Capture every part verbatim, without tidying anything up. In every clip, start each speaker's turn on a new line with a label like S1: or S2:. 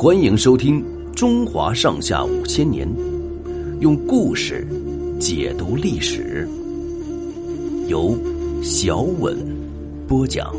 S1: 欢迎收听《中华上下五千年》，用故事解读历史，由小稳播讲。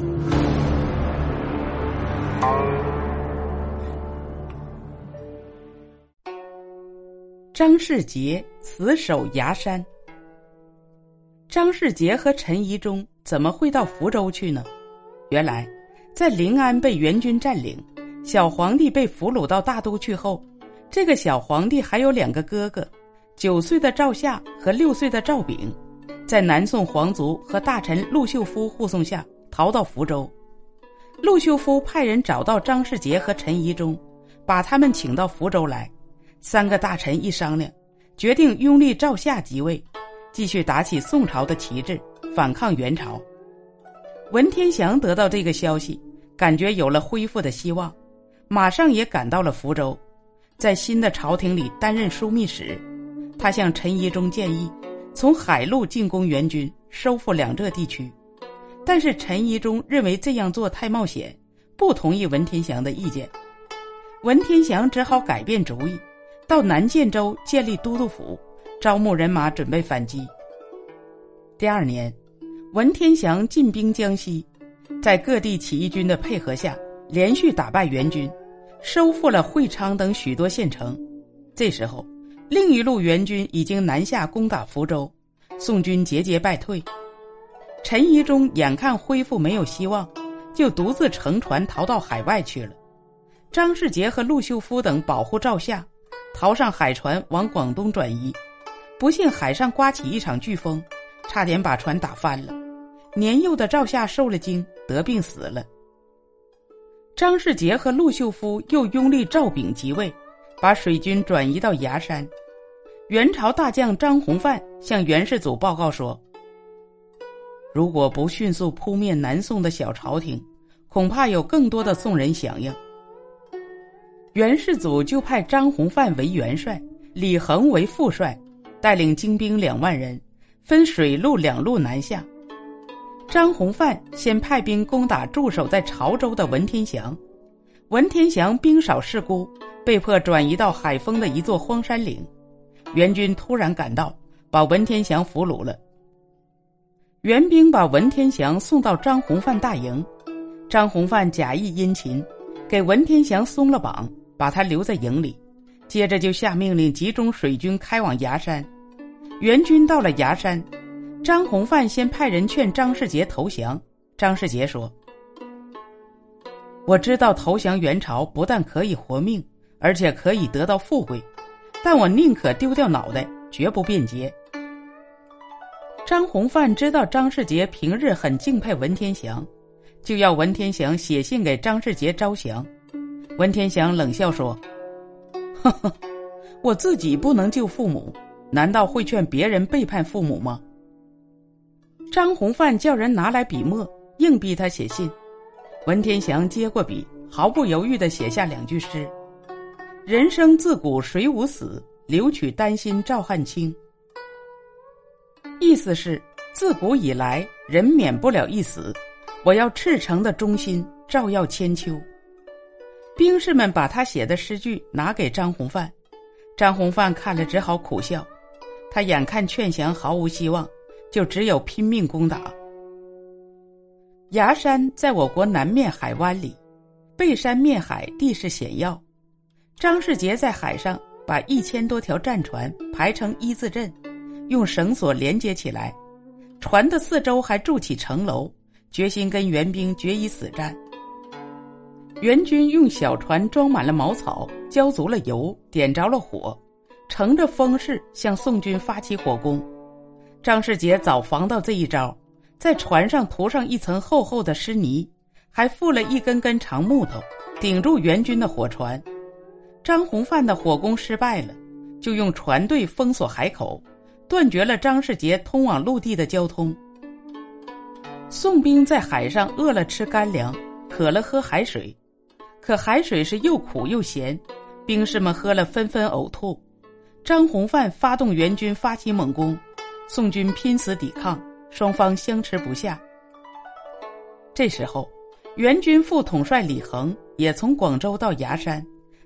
S2: 张世杰死守崖山。张世杰和陈宜中怎么会到福州去呢？原来在临安被元军占领，小皇帝被俘虏到大都去后，这个小皇帝还有两个哥哥，九岁的赵夏和六岁的赵炳，在南宋皇族和大臣陆秀夫护送下逃到福州。陆秀夫派人找到张世杰和陈宜中，把他们请到福州来。三个大臣一商量，决定拥立赵夏即位，继续打起宋朝的旗帜，反抗元朝。文天祥得到这个消息，感觉有了恢复的希望，马上也赶到了福州，在新的朝廷里担任枢密使。他向陈宜中建议从海路进攻元军，收复两浙地区，但是陈宜中认为这样做太冒险，不同意文天祥的意见。文天祥只好改变主意，到南建州建立都督府，招募人马准备反击。第二年，文天祥进兵江西，在各地起义军的配合下，连续打败元军，收复了会昌等许多县城。这时候，另一路元军已经南下攻打福州，宋军节节败退。陈宜中眼看恢复没有希望，就独自乘船逃到海外去了。张世杰和陆秀夫等保护赵夏，逃上海船往广东转移，不幸海上刮起一场飓风，差点把船打翻了。年幼的赵夏受了惊，得病死了。张世杰和陆秀夫又拥立赵炳即位，把水军转移到崖山。元朝大将张弘范向元世祖报告说，如果不迅速扑灭南宋的小朝廷，恐怕有更多的宋人响应。元世祖就派张弘范为元帅，李恒为副帅，带领精兵两万人，分水陆两路南下。张弘范先派兵攻打驻守在潮州的文天祥，文天祥兵少势孤，被迫转移到海丰的一座荒山岭。元军突然赶到，把文天祥俘虏了。元兵把文天祥送到张弘范大营，张弘范假意殷勤，给文天祥松了绑，把他留在营里，接着就下命令集中水军开往崖山。元军到了崖山，张弘范先派人劝张世杰投降。张世杰说，我知道投降元朝不但可以活命，而且可以得到富贵，但我宁可丢掉脑袋，绝不变节。张弘范知道张世杰平日很敬佩文天祥，就要文天祥写信给张世杰招降。文天祥冷笑说，呵呵，我自己不能救父母，难道会劝别人背叛父母吗？张弘范叫人拿来笔墨，硬逼他写信。文天祥接过笔，毫不犹豫地写下两句诗：人生自古谁无死，留取丹心照汗青。意思是自古以来人免不了一死，我要赤诚的忠心照耀千秋。兵士们把他写的诗句拿给张弘范，张弘范看了只好苦笑，他眼看劝降毫无希望，就只有拼命攻打。崖山在我国南面海湾里，背山面海，地势险要。张世杰在海上把一千多条战船排成一字阵，用绳索连接起来，船的四周还筑起城楼，决心跟元兵决一死战。元军用小船装满了茅草，浇足了油，点着了火，乘着风势向宋军发起火攻。张世杰早防到这一招，在船上涂上一层厚厚的湿泥，还附了一根根长木头，顶住元军的火船。张弘范的火攻失败了，就用船队封锁海口，断绝了张世杰通往陆地的交通。宋兵在海上饿了吃干粮，渴了喝海水，可海水是又苦又咸，兵士们喝了纷纷呕吐。张弘范发动元军发起猛攻，宋军拼死抵抗，双方相持不下。这时候，元军副统帅李恒也从广州到崖山，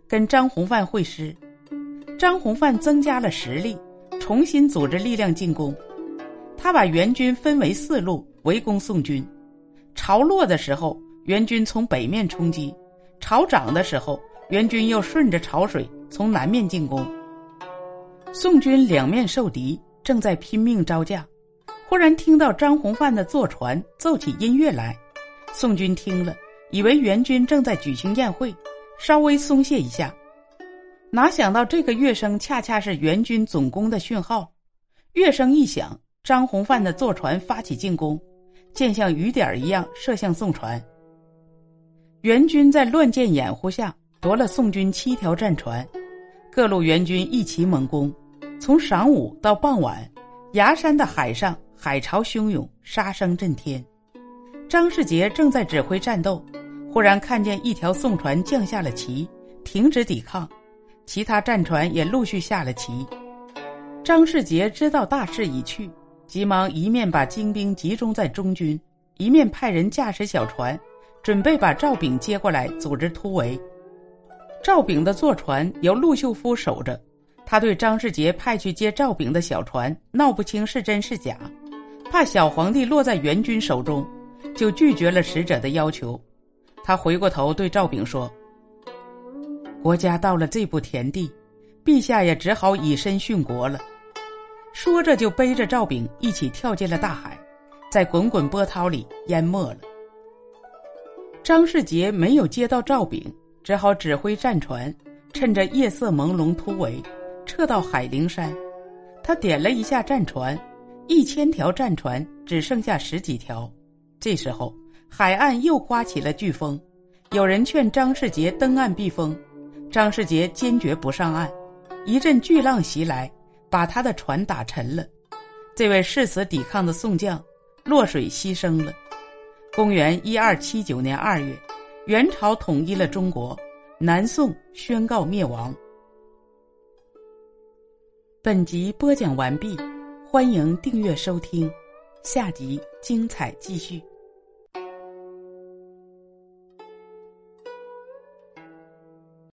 S2: 跟张弘范会师。张弘范增加了实力，重新组织力量进攻。他把援军分为四路围攻宋军。潮落的时候，援军从北面冲击；潮涨的时候，援军又顺着潮水从南面进攻。宋军两面受敌，正在拼命招架，忽然听到张弘范的坐船奏起音乐来。宋军听了，以为援军正在举行宴会，稍微松懈一下。哪想到这个乐声恰恰是援军总攻的讯号。乐声一响，张弘范的坐船发起进攻，箭像雨点一样射向宋船。援军在乱箭掩护下夺了宋军七条战船，各路援军一起猛攻。从晌午到傍晚，崖山的海上海潮汹涌，杀声震天。张世杰正在指挥战斗，忽然看见一条宋船降下了旗，停止抵抗，其他战船也陆续下了旗。张世杰知道大势已去，急忙一面把精兵集中在中军，一面派人驾驶小船，准备把赵炳接过来组织突围。赵炳的坐船由陆秀夫守着，他对张世杰派去接赵炳的小船闹不清是真是假，怕小皇帝落在援军手中，就拒绝了使者的要求。他回过头对赵炳说：国家到了这步田地，陛下也只好以身殉国了。说着就背着赵炳一起跳进了大海，在滚滚波涛里淹没了。张世杰没有接到赵炳，只好指挥战船，趁着夜色朦胧突围，撤到海陵山。他点了一下战船，一千条战船只剩下十几条。这时候海岸又刮起了飓风，有人劝张世杰登岸避风，张世杰坚决不上岸。一阵巨浪袭来，把他的船打沉了。这位誓死抵抗的宋将落水牺牲了。公元一二七九年二月，元朝统一了中国，南宋宣告灭亡。本集播讲完毕，欢迎订阅收听，下集精彩继续。